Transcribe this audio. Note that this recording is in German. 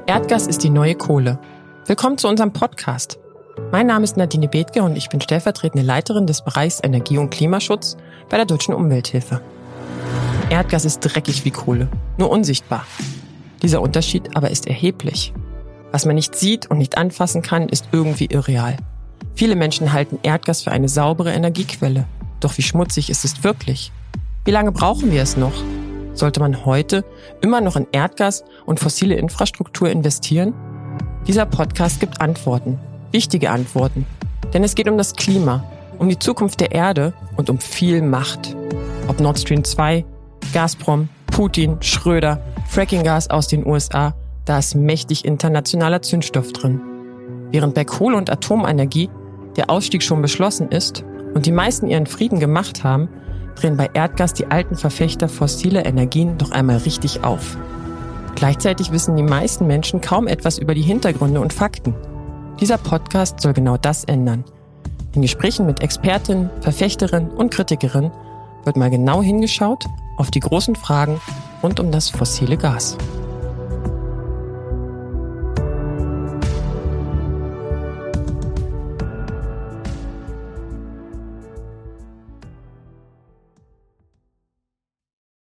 Erdgas ist die neue Kohle. Willkommen zu unserem Podcast. Mein Name ist Nadine Bethke und ich bin stellvertretende Leiterin des Bereichs Energie- und Klimaschutz bei der Deutschen Umwelthilfe. Erdgas ist dreckig wie Kohle, nur unsichtbar. Dieser Unterschied aber ist erheblich. Was man nicht sieht und nicht anfassen kann, ist irgendwie irreal. Viele Menschen halten Erdgas für eine saubere Energiequelle. Doch wie schmutzig ist es wirklich? Wie lange brauchen wir es noch? Sollte man heute immer noch in Erdgas und fossile Infrastruktur investieren? Dieser Podcast gibt Antworten, wichtige Antworten. Denn es geht um das Klima, um die Zukunft der Erde und um viel Macht. Ob Nord Stream 2, Gazprom, Putin, Schröder, Frackinggas aus den USA, da ist mächtig internationaler Zündstoff drin. Während bei Kohle- und Atomenergie der Ausstieg schon beschlossen ist und die meisten ihren Frieden gemacht haben, drehen bei Erdgas die alten Verfechter fossiler Energien doch einmal richtig auf. Gleichzeitig wissen die meisten Menschen kaum etwas über die Hintergründe und Fakten. Dieser Podcast soll genau das ändern. In Gesprächen mit Expertinnen, Verfechterinnen und Kritikerinnen wird mal genau hingeschaut auf die großen Fragen rund um das fossile Gas.